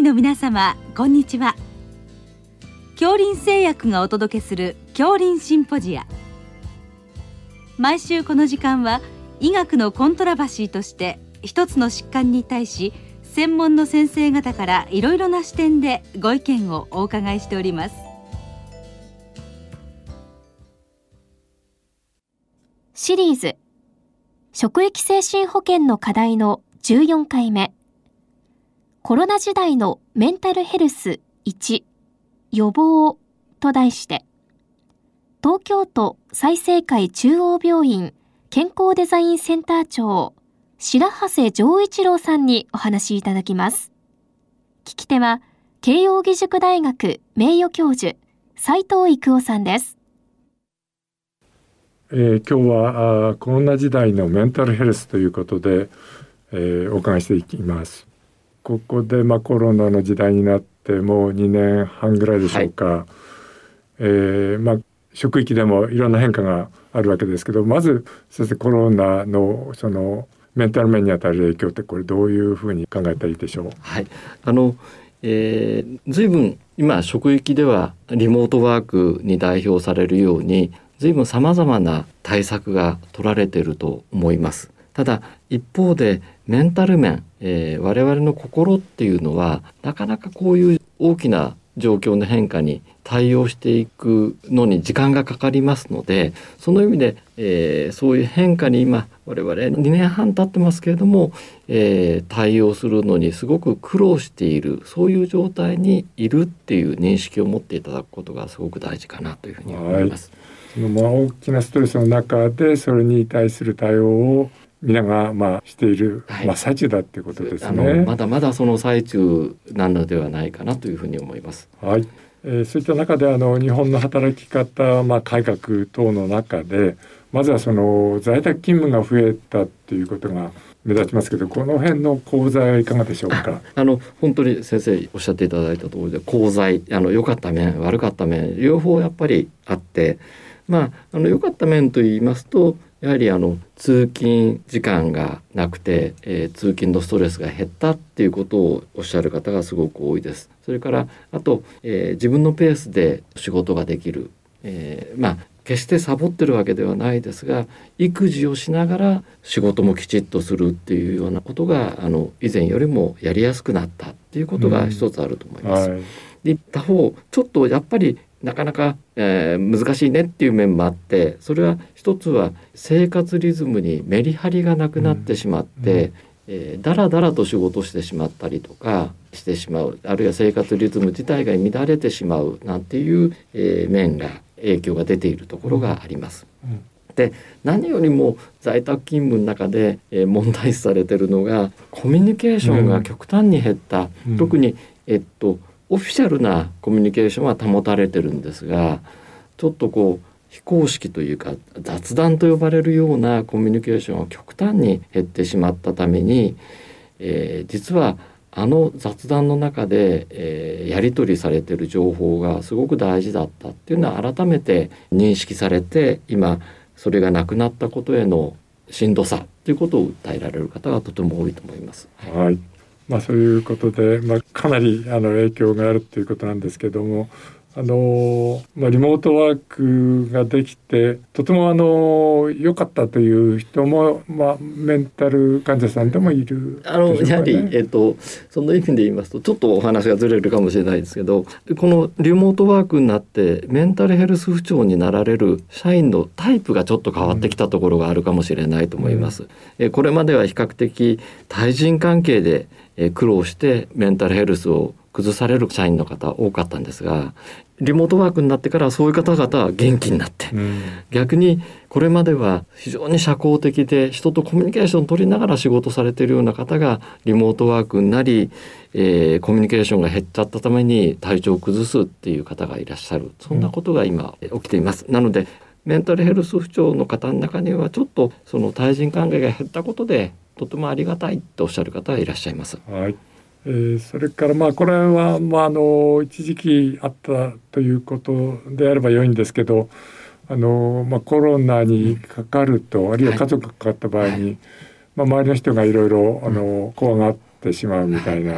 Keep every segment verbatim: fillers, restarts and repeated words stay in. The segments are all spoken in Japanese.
の皆様、こんにちは。杏林製薬がお届けする杏林シンポジア。毎週この時間は医学のコントラバシーとして一つの疾患に対し専門の先生方からいろいろな視点でご意見をお伺いしております。 シリーズ職域精神保健の課題のじゅうよんかいめ、コロナ時代のメンタルヘルスいち予防と題して、東京都済生会中央病院健康デザインセンター長白長丈一郎さんにお話しいただきます。聞き手は慶應義塾大学名誉教授斉藤育夫さんです。 えー、今日はあコロナ時代のメンタルヘルスということで、えー、お伺いしていきます。ここで、まあ、コロナの時代になってもうにねんはんぐらいでしょうか、はい、えーまあ、職域でもいろんな変化があるわけですけど、まず先生、コロナのそのメンタル面に与える影響ってこれどういうふうに考えたらいいでしょう。 はい、あの、えー、随分今職域ではリモートワークに代表されるように随分さまざまな対策が取られていると思います。ただ一方でメンタル面、えー、我々の心っていうのはなかなかこういう大きな状況の変化に対応していくのに時間がかかりますので、その意味で、えー、そういう変化に今我々にねんはん経ってますけれども、えー、対応するのにすごく苦労している、そういう状態にいるっていう認識を持っていただくことがすごく大事かなというふうに思います。 はい、そのまあ大きなストレスの中でそれに対する対応を皆がまあしている、はい、まあ、最中だっていうことですね。 あのまだまだその最中なのではないかなというふうに思います。 はい、えー、そういった中であの日本の働き方、まあ、改革等の中でまずはその在宅勤務が増えたっていうことが目立ちますけど、この辺の功罪はいかがでしょうか。 あの本当に先生おっしゃっていただいた通りで、功罪、あの良かった面悪かった面両方やっぱりあって、まあ、あの良かった面といいますとやはりあの通勤時間がなくて、えー、通勤のストレスが減ったっていうことをおっしゃる方がすごく多いです。それからあと、えー、自分のペースで仕事ができる、えー、まあ決してサボってるわけではないですが、育児をしながら仕事もきちっとするっていうようなことがあの以前よりもやりやすくなったっていうことが一つあると思います。うん、はい、で他方ちょっとやっぱりなかなか、えー、難しいねっていう面もあって、それは一つは生活リズムにメリハリがなくなってしまって、うんうん、えー、だらだらと仕事してしまったりとかしてしまう、あるいは生活リズム自体が乱れてしまうなんていう、えー、面が影響が出ているところがあります。うんうん、で何よりも在宅勤務の中で、えー、問題視されているのがコミュニケーションが極端に減った、うん、特にえっとオフィシャルなコミュニケーションは保たれてるんですが、ちょっとこう非公式というか雑談と呼ばれるようなコミュニケーションは極端に減ってしまったために、えー、実はあの雑談の中で、えー、やり取りされている情報がすごく大事だったっていうのは改めて認識されて、今それがなくなったことへのしんどさということを訴えられる方がとても多いと思います。 はい、まあ、そういうことで、まあ、かなりあの影響があるということなんですけども、あの、まあ、リモートワークができてとてもあの良かったという人も、まあ、メンタル患者さんでもいるでしょうかね。あのやはり、えーと、その意味で言いますとちょっとお話がずれるかもしれないですけど、このリモートワークになってメンタルヘルス不調になられる社員のタイプがちょっと変わってきたところがあるかもしれないと思います。うん、えー、これまでは比較的対人関係でえー、苦労してメンタルヘルスを崩される社員の方多かったんですが、リモートワークになってからそういう方々は元気になって、うん、逆にこれまでは非常に社交的で人とコミュニケーションを取りながら仕事されているような方がリモートワークになり、えー、コミュニケーションが減っちゃったために体調を崩すっていう方がいらっしゃる、そんなことが今起きています。なのでメンタルヘルス不調の方の中にはちょっとその対人関係が減ったことでとてもありがたいとおっしゃる方がいらっしゃいます。 はい、えー、それからまあこれは、まあ、あの一時期あったということであれば良いんですけど、あの、まあ、コロナにかかると、うん、あるいは家族がかかった場合に、はい、まあ、周りの人がいろいろあの怖がってしまうみたいな、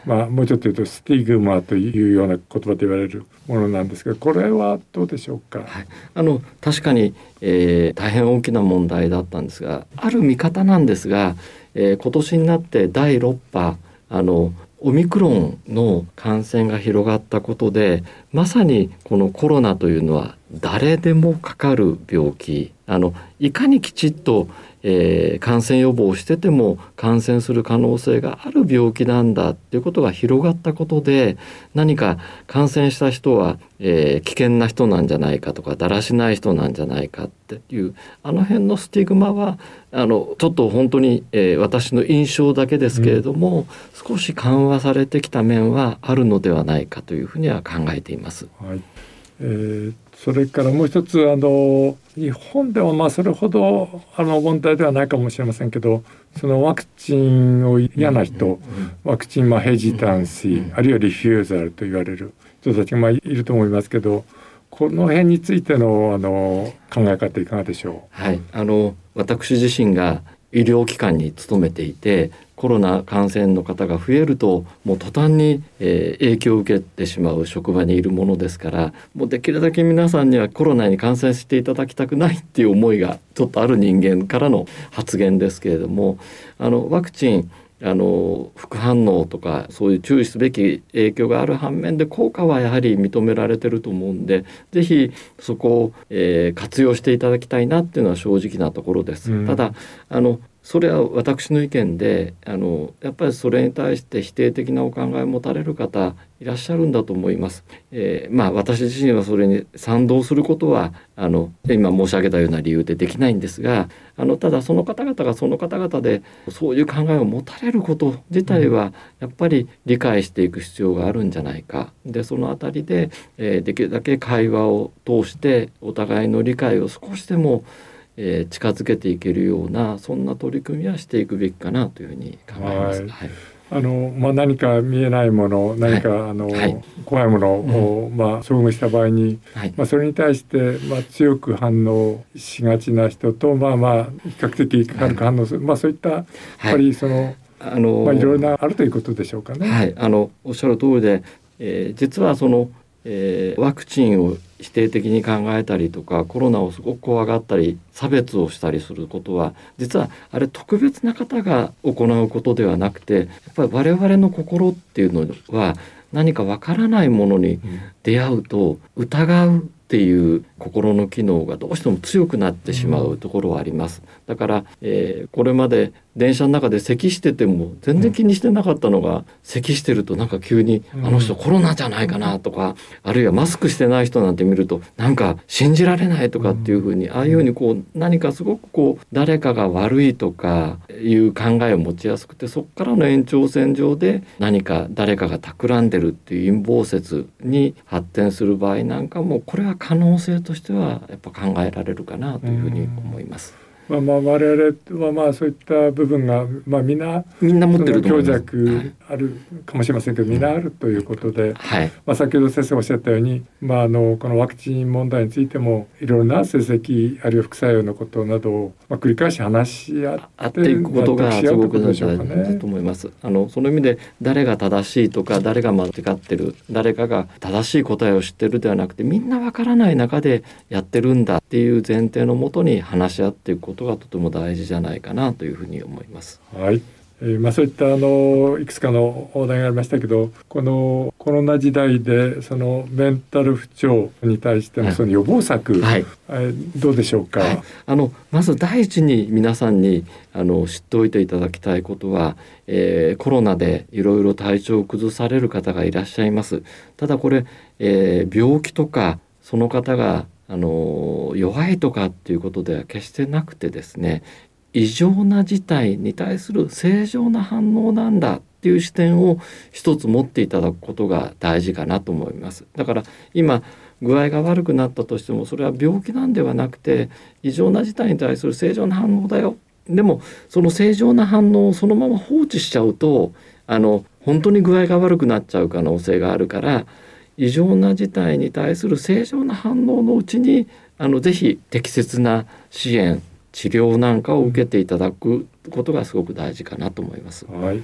まあ、もうちょっと言うとスティグマというような言葉で言われるものなんですけど、これはどうでしょうか。 はい、あの確かに、えー、大変大きな問題だったんですが、ある見方なんですが、えー、今年になってだいろっぱあのオミクロンの感染が広がったことで、まさにこのコロナというのは誰でもかかる病気、あのいかにきちっと、えー、感染予防をしてても感染する可能性がある病気なんだっていうことが広がったことで、何か感染した人は、えー、危険な人なんじゃないかとかだらしない人なんじゃないかっていうあの辺のスティグマはあのちょっと本当に、えー、私の印象だけですけれども、うん、少し緩和されてきた面はあるのではないかというふうには考えています。 はい、えー、それからもう一つ、あの日本ではまあそれほどあの問題ではないかもしれませんけど、そのワクチンを嫌な人、うんうんうん、ワクチンまあヘジタンシー、うんうん、あるいはリフューザルと言われる人たちがまあいると思いますけど、この辺についてのあの考え方いかがでしょう。はい、あの私自身が医療機関に勤めていて、コロナ感染の方が増えるともう途端に、えー、影響を受けてしまう職場にいるものですから、もうできるだけ皆さんにはコロナに感染していただきたくないっていう思いがちょっとある人間からの発言ですけれども、あのワクチンあの副反応とかそういう注意すべき影響がある反面で効果はやはり認められてると思うんで、ぜひそこを、えー、活用していただきたいなっていうのは正直なところです。うん、ただあのそれは私の意見で、あのやっぱりそれに対して否定的なお考えを持たれる方いらっしゃるんだと思います。えー、まあ私自身はそれに賛同することはあの今申し上げたような理由でできないんですが、あのただその方々がその方々でそういう考えを持たれること自体はやっぱり理解していく必要があるんじゃないか。でそのあたりで、えー、できるだけ会話を通してお互いの理解を少しでもえー、近づけていけるようなそんな取り組みはしていくべきかなというふうに考えます。はいはい、 あのまあ、何か見えないもの、何か、はい、あのはい、怖いものを、うんまあ、遭遇した場合に、はいまあ、それに対して、まあ、強く反応しがちな人と、まあまあ、比較的軽く反応する、はいまあ、そういったやっぱりその、あのまあ、いろいろなあるということでしょうかね。 はい、あのおっしゃる通りで、えー、実はそのえー、ワクチンを否定的に考えたりとかコロナをすごく怖がったり差別をしたりすることは実はあれ特別な方が行うことではなくて、やっぱり我々の心っていうのは何かわからないものに出会うと疑うっていう心の機能がどうしても強くなってしまうところはあります。だから、えー、これまで電車の中で咳してても全然気にしてなかったのが、うん、咳してるとなんか急に、うん、あの人コロナじゃないかなとか、あるいはマスクしてない人なんて見るとなんか信じられないとかっていうふうに、ああいうふうにこう何かすごくこう誰かが悪いとかいう考えを持ちやすくて、そこからの延長線上で何か誰かが企んでるっていう陰謀説に発展する場合なんかも、これは可能性としてはやっぱ考えられるかなというふうに思います。 まあ、まあ我々はまあそういった部分がまあみんなみんな持ってると思います。 強弱あるかもしれませんけど、みんなあるということで、 はいまあ、先ほど先生おっしゃったように、まあ、あのこのワクチン問題についてもいろいろな成績あるいは副作用のことなどをまあ繰り返し話し合っていくことがすごく大事だと思います。あのその意味で誰が正しいとか誰が間違ってる、誰かが正しい答えを知ってるではなくて、みんなわからない中でやってるんだっていう前提のもとに話し合っていくことがとても大事じゃないかなというふうに思います。 はい、えーまあ、そういったあのいくつかの話題がありましたけど、このコロナ時代でそのメンタル不調に対してのその予防策、はい、えー、どうでしょうか。はい、 あのまず第一に皆さんにあの知っておいていただきたいことは、えー、コロナでいろいろ体調を崩される方がいらっしゃいます。ただこれ、えー、病気とかその方があの弱いとかっていうことでは決してなくてですね、異常な事態に対する正常な反応なんだっていう視点を一つ持っていただくことが大事かなと思います。だから今具合が悪くなったとしても、それは病気なんではなくて異常な事態に対する正常な反応だよ。でもその正常な反応をそのまま放置しちゃうと、あの本当に具合が悪くなっちゃう可能性があるから、異常な事態に対する正常な反応のうちにあのぜひ適切な支援治療なんかを受けていただくことがすごく大事かなと思います。 はい、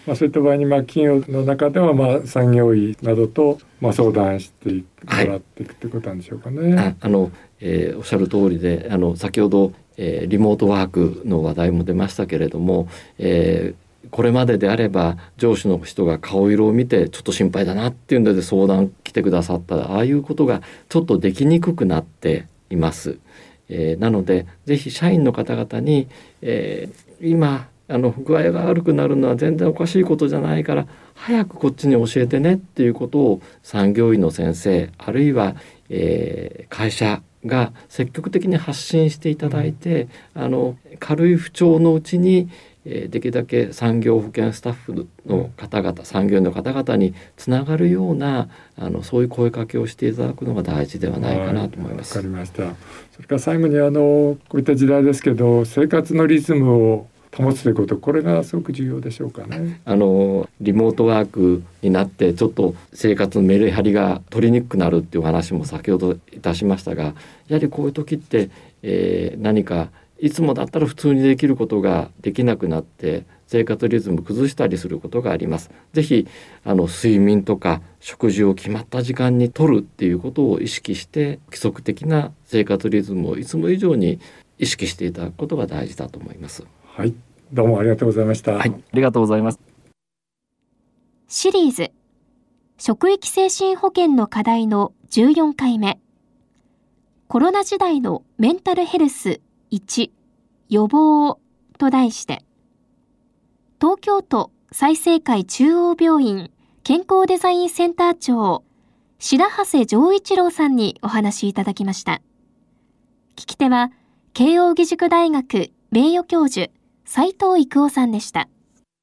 まあ、そういった場合に、まあ、企業の中では、まあ、産業医などと、まあ、相談してもらっていくということなんでしょうかね。 はい、ああの、えー、おっしゃる通りで、あの先ほど、えー、リモートワークの話題も出ましたけれども、えー、これまでであれば上司の人が顔色を見てちょっと心配だなっていうので相談来てくださった、ああいうことがちょっとできにくくなっています。えー、なのでぜひ社員の方々に、えー、今あの具合が悪くなるのは全然おかしいことじゃないから早くこっちに教えてねっていうことを産業医の先生あるいは、えー、会社が積極的に発信していただいて、うん、あの軽い不調のうちに、えー、できるだけ産業保険スタッフの方々、うん、産業医の方々につながるようなあのそういう声かけをしていただくのが大事ではないかなと思います。 わかりました。それから最後にあのこういった時代ですけど生活のリズムを保つということ、これがすごく重要でしょうかね。 あのリモートワークになってちょっと生活のメリハリが取りにくくなるっていう話も先ほどいたしましたが、やはりこういう時って、えー、何かいつもだったら普通にできることができなくなって生活リズム崩したりすることがあります。ぜひあの睡眠とか食事を決まった時間にとるっていうことを意識して規則的な生活リズムをいつも以上に意識していただくことが大事だと思います。 はい、どうもありがとうございました。 はい、ありがとうございます。 シリーズ職域精神保健の課題のじゅうよんかいめ、コロナ時代のメンタルヘルスいち予防と題して、東京都済生会中央病院健康デザインセンター長白長谷丈一郎さんにお話しいただきました。聞き手は慶應義塾大学名誉教授斉藤育夫さんでした。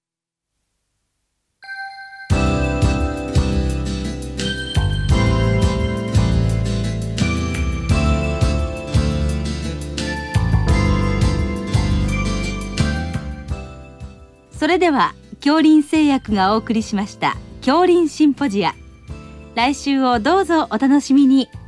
それでは杏林製薬がお送りしました杏林シンポジア、来週をどうぞお楽しみに。